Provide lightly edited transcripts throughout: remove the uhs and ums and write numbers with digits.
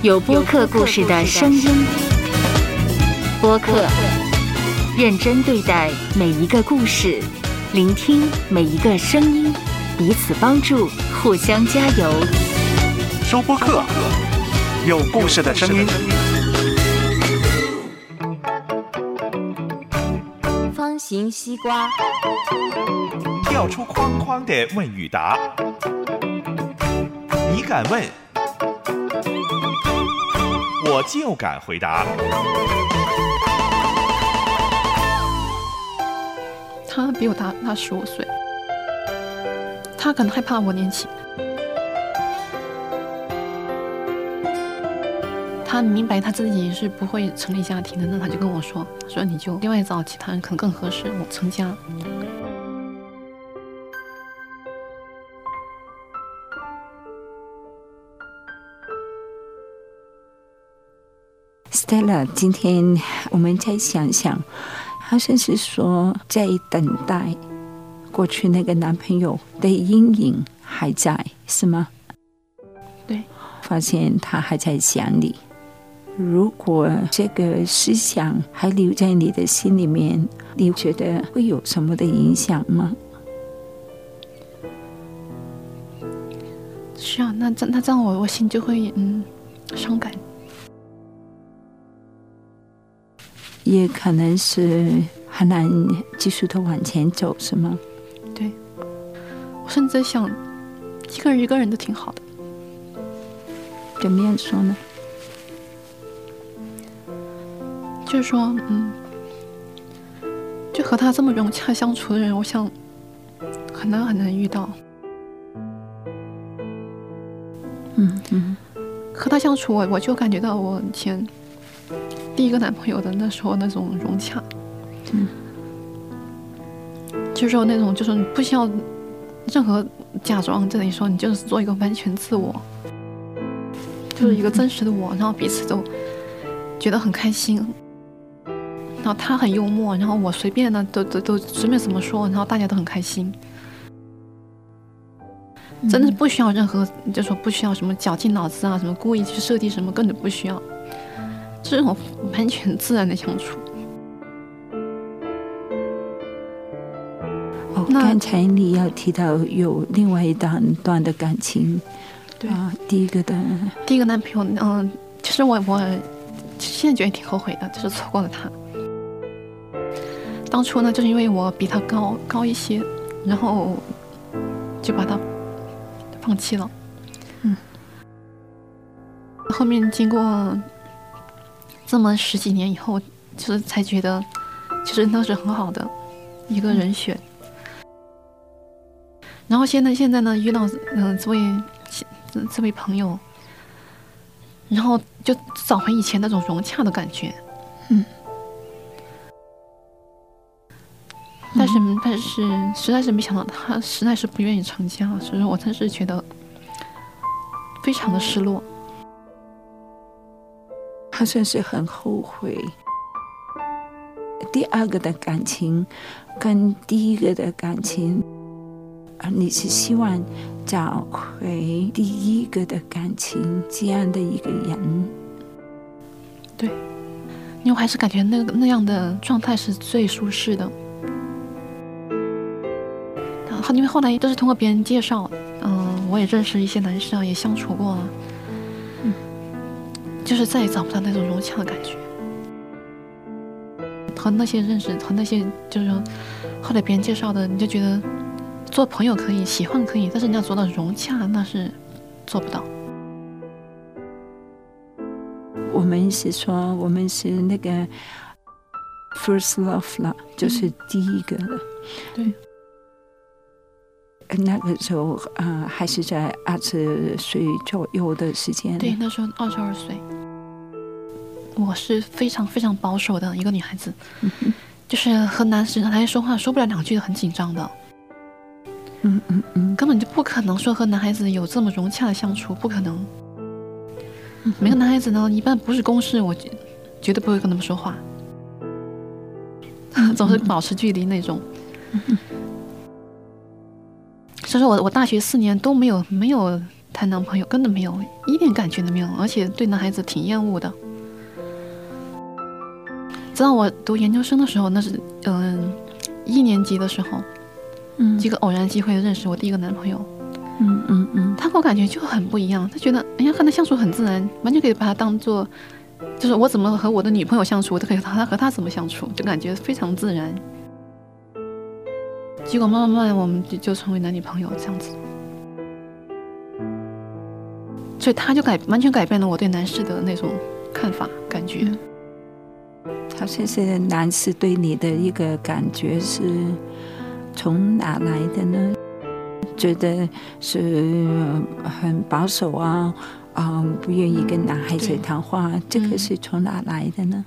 有播客故事的声音。播客，认真对待每一个故事，聆听每一个声音，彼此帮助，互相加油。 说播客，有故事的声音。 方形西瓜， 跳出框框的问与答，你敢问，我就敢回答。 他比我大15岁，他可能害怕我年轻，他明白他自己是不会成立家庭的，那他就跟我说你就另外找其他人可能更合适，我成家。 Stella， 今天我们再想想，好像是说在等待过去那个男朋友的阴影还在，是吗？ 对， 发现他还在想你。如果这个思想还留在你的心里面，你觉得会有什么的影响吗？ 是啊，那这样我心就会伤感。 也可能是很难继续的往前走，是吗？ 对，我甚至想一个人都挺好的。 怎么样说呢？ 就是说就和他这么融洽相处的人，我想很难遇到。和他相处，我就感觉到我以前第一个男朋友的那时候那种融洽，就是说那种就是你不需要任何假装，这里说你就是做一个完全自我，就是一个真实的我，然后彼此都觉得很开心。然后他很幽默，然后我随便呢都随便怎么说，然后大家都很开心。真的是不需要任何，就说不需要什么绞尽脑汁啊，什么故意去设计什么，根本不需要。这种完全自然的相处。 刚才你要提到有另外一段的感情， 对第一个男朋友，其实我现在觉得挺后悔的，就是错过了他。当初呢，就是因为我比他高一些，然后就把他放弃了。后面经过这么10几年以后，就是才觉得其实那是很好的一个人选。然后现在呢遇到这位朋友，然后就找回以前那种融洽的感觉。但是实在是没想到他实在是不愿意成家，所以我真是觉得非常的失落。 好像是很后悔，第二个的感情跟第一个的感情，你是希望找回第一个的感情这样的一个人。 对，因为我还是感觉那样的状态是最舒适的。因为后来都是通过别人介绍，我也认识一些男生啊，也相处过了。就是再也找不到那种融洽的感觉，和那些就是说后来别人介绍的，你就觉得做朋友可以，喜欢可以，但是你要做到融洽，那是做不到。 我们是说我们是那个 first love 了，就是第一个了。 对。 那个时候还是在20岁左右的时间。 对，那时候22岁。我是非常非常保守的一个女孩子，就是和男生说话说不了2句很紧张的。根本就不可能说和男孩子有这么融洽的相处，不可能。每个男孩子呢，一般不是公事，我绝对不会跟他们说话，总是保持距离那种。所以说我大学4年都没有谈男朋友，根本没有，一点感觉都没有，而且对男孩子挺厌恶的。直到我读研究生的时候，那是1年级的时候，这个偶然机会认识我第一个男朋友。他给我感觉就很不一样，他觉得哎呀和他相处很自然，完全可以把他当做，就是我怎么和我的女朋友相处，我都可以和他怎么相处，就感觉非常自然。结果慢慢我们就成为男女朋友这样子，所以他就完全改变了我对男士的那种看法感觉。 好像是男士对你的一个感觉是从哪来的呢？觉得是很保守啊，不愿意跟男孩子谈话，这个是从哪来的呢？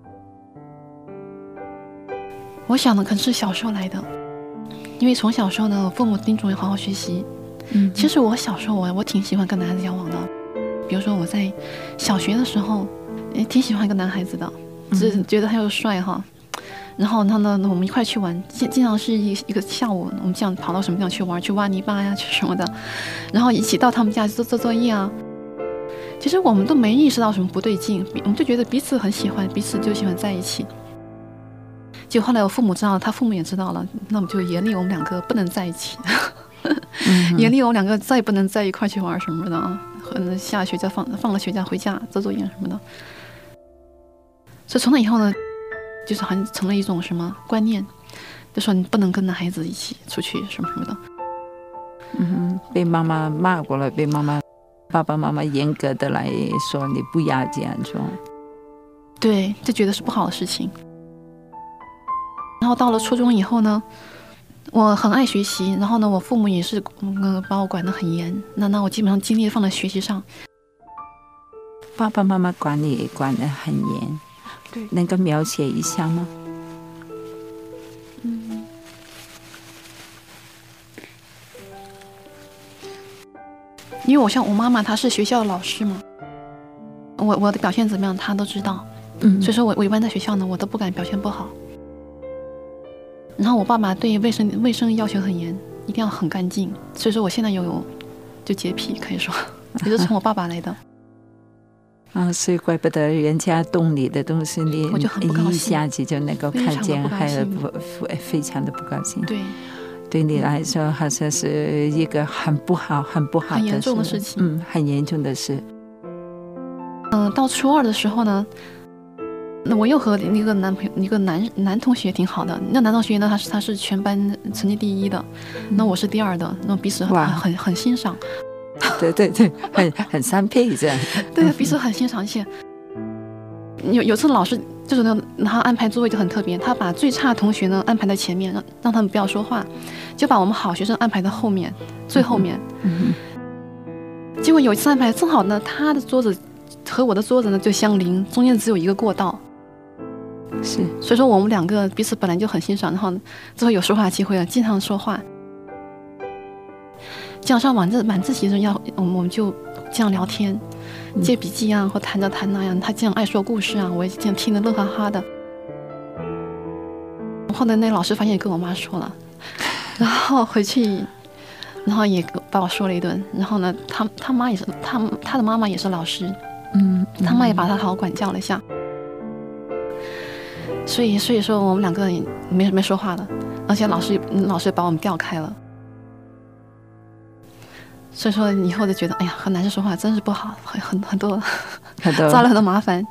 我想的可能是小时候来的，因为从小时候呢，我父母叮嘱我好好学习。其实我小时候我挺喜欢跟男孩子交往的，比如说我在小学的时候，也挺喜欢一个男孩子的，只是觉得他又帅哈。然后呢，我们一块去玩，经常是一个下午，我们这样跑到什么地方去玩，去挖泥巴呀，去什么的，然后一起到他们家做作业啊。其实我们都没意识到什么不对劲，我们就觉得彼此很喜欢，彼此就喜欢在一起。结果后来我父母知道了，他父母也知道了，那么就严厉我们两个不能在一起，严厉我们两个再也不能在一块去玩什么的啊，和下学假放了学假回家做作业什么的。所以从那以后呢，就是好像成了一种什么观念，就说你不能跟男孩子一起出去什么什么的。 被妈妈骂过了，被爸爸妈妈严格的来说你不要这样做。 对，就觉得是不好的事情。然后到了初中以后呢，我很爱学习，然后呢，我父母也是把我管得很严，那我基本上精力放在学习上。 爸爸妈妈管你管得很严， 对， 能够描写一下吗？ 因为我妈妈她是学校的老师嘛，我的表现怎么样她都知道，所以说我一般在学校呢我都不敢表现不好。然后我爸爸对卫生要求很严，一定要很干净，所以说我现在就洁癖，可以说也是从我爸爸来的。 所以怪不得人家动你的东西，你我就很不高兴， 一下子就能够看见，还非常的不高兴。对你来说好像是一个很不好的很严重的事情。 很严重的事。 到初二的时候呢，那我又和一个男同学挺好的。那男同学呢，他是全班成绩第一的，那我是第二的，那彼此很欣赏。 对，很相配这样。 对，彼此很欣赏。而且有次老师就是他安排座位就很特别，他把最差的同学呢安排在前面，让他们不要说话，就把我们好学生安排在后面，最后面。结果有一次安排正好呢，他的桌子和我的桌子呢就相邻，中间只有一个过道。 是， 所以说我们两个彼此本来就很欣赏，然后之后有说话机会了，经常说话。这样上晚自习的时候我们就这样聊天，借笔记啊，或谈着谈那样。他这样爱说故事啊，我也这样听得乐哈哈的。后来那老师发现跟我妈说了，然后回去，然后也把我说了一顿。然后呢，他妈也是他的妈妈也是老师，他妈也把他好好管教了一下。所以说我们两个也没说话了，而且老师把我们调开了。所以说以后就觉得，哎呀，和男生说话真是不好，很多遭了很多麻烦。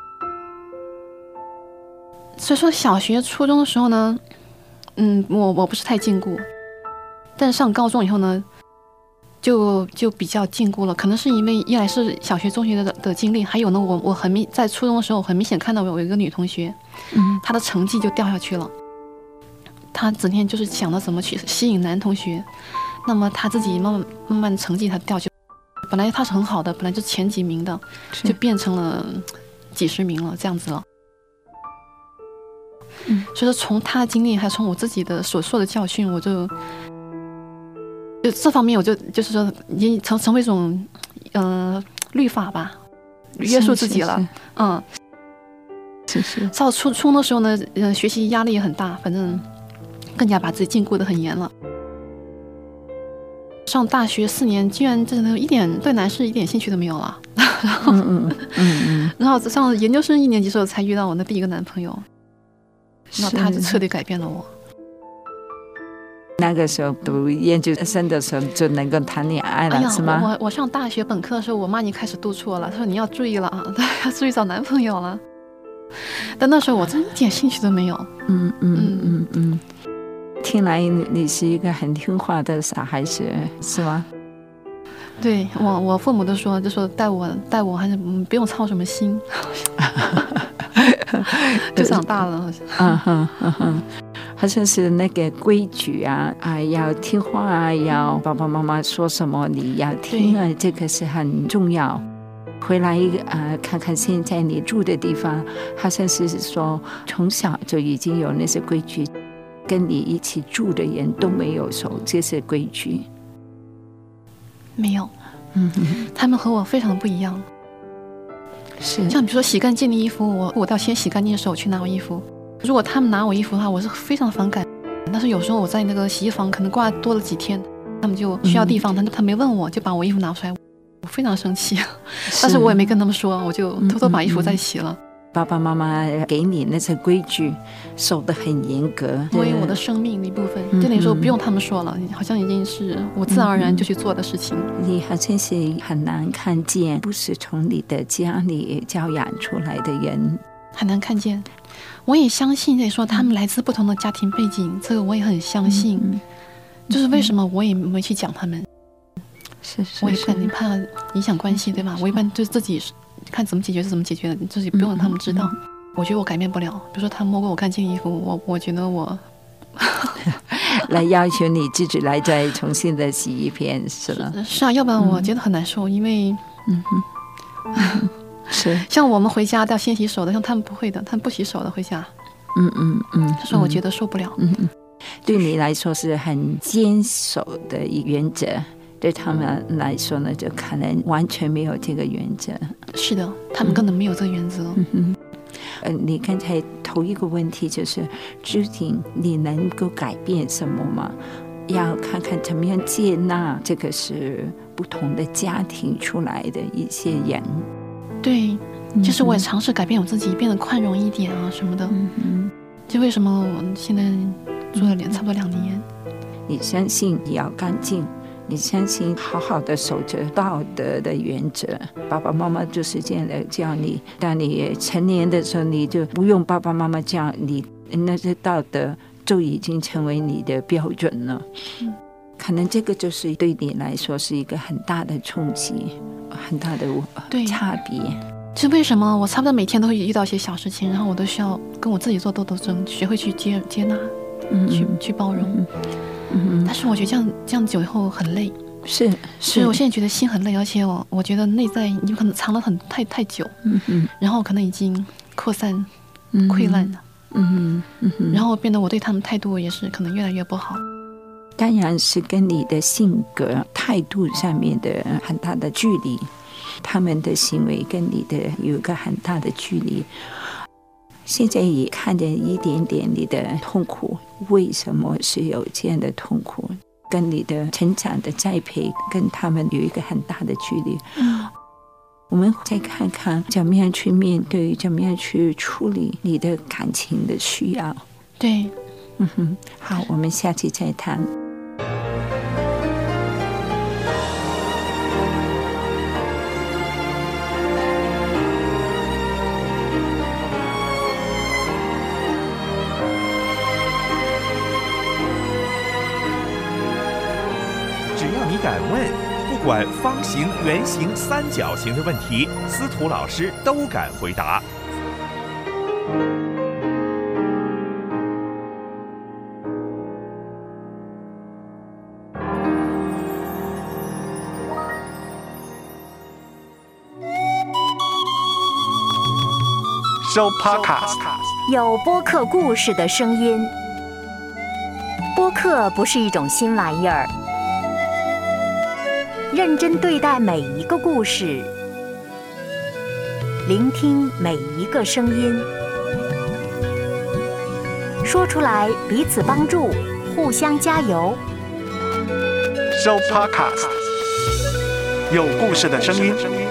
所以说小学、初中的时候呢，我不是太禁锢，但是上高中以后呢，就比较禁锢了。可能是因为一来是小学、中学的经历，还有呢，我在初中的时候很明显看到我有一个女同学，她的成绩就掉下去了。她整天就是想着怎么去吸引男同学。那么他自己慢慢成绩他掉去，本来他是很好的，本来就前几名的，就变成了几十名了，这样子了。所以说从他的经历，还有从我自己的所受的教训，我就这方面我就是说已经成为一种律法吧，约束自己了。到初中的时候呢，学习压力也很大，反正更加把自己禁锢得很严了。 上大学4年，居然真的对男士一点兴趣都没有了。然后上研究生1年级的时候才遇到我的第一个男朋友，那他就彻底改变了我。 那个时候读研究生的时候就能够谈恋爱了，是吗？ 我上大学本科的时候，我妈已经开始督促我了，她说你要注意了啊，要注意找男朋友了。但那时候我真一点兴趣都没有。 听来你是一个很听话的小孩子，是吗？ 对，我父母都说，就说带我还是不用操什么心，就长大了。 好像是那个规矩啊，要听话啊，要爸爸妈妈说什么你要听啊，这个是很重要。回来看看现在你住的地方，好像是说从小就已经有那些规矩，跟你一起住的人都没有守这些规矩。 没有，他们和我非常的不一样。 是， 像比如说洗干净的衣服，我要先洗干净手去拿我衣服。如果他们拿我衣服的话，我是非常反感。但是有时候我在那个洗衣房可能挂多了几天，他们就需要地方，他没问我就把我衣服拿出来，我非常生气。但是我也没跟他们说，我就偷偷把衣服再洗了。 爸爸妈妈给你那些规矩守得很严格， 作为我的生命的一部分，就等于说不用他们说了，好像已经是我自然而然就去做的事情。 你好像是很难看见不是从你的家里教养出来的人， 很难看见。我也相信，得说他们来自不同的家庭背景，这个我也很相信。就是为什么我也没去讲他们，我也很怕影响关系，对吧？我一般就自己看怎么解决是怎么解决的，自己不用让他们知道。我觉得我改变不了。比如说他摸过我干净衣服，我觉得我来要求你自己来再重新的洗一遍，是了。 是啊，要不然我觉得很难受，因为是像我们回家都要先洗手的，像他们不会的，他们不洗手的回家。所以我觉得受不了。 对你来说是很坚守的原则，对他们来说呢，就可能完全没有这个原则。 是的，他们根本没有这个原则。 你刚才头一个问题就是，究竟你能够改变什么吗？要看看怎么样接纳这个是不同的家庭出来的一些人。 对，就是我也尝试改变我自己，变得宽容一点啊什么的。就为什么我现在做了差不多2年。 你相信你要干净，你相信好好的守着道德的原则，爸爸妈妈就是这样的教你。当你成年的时候，你就不用爸爸妈妈教你，那些道德就已经成为你的标准了。可能这个就是对你来说是一个很大的冲击，很大的差别。 是为什么我差不多每天都会遇到一些小事情，然后我都需要跟我自己做斗争，学会去接纳，去包容。但是我觉得这样久以后很累。 是， 所以我现在觉得心很累，而且我觉得内在你可能藏了太久，然后可能已经扩散、溃烂了。然后变得我对他们态度也是可能越来越不好。 当然是跟你的性格态度上面的很大的距离，他们的行为跟你的有一个很大的距离。现在也看见一点点你的痛苦，为什么是有这样的痛苦，跟你的成长的栽培跟他们有一个很大的距离。我们再看看怎么样去面对，怎么样去处理你的感情的需要。 对， 好，我们下期再谈。 只要你敢问，不管方形、圆形、三角形的问题，司徒老师都敢回答。 收 Podcast， 有播客故事的声音。播客不是一种新玩意儿，认真对待每一个故事，聆听每一个声音，说出来彼此帮助，互相加油。 Show Podcast，有故事的声音。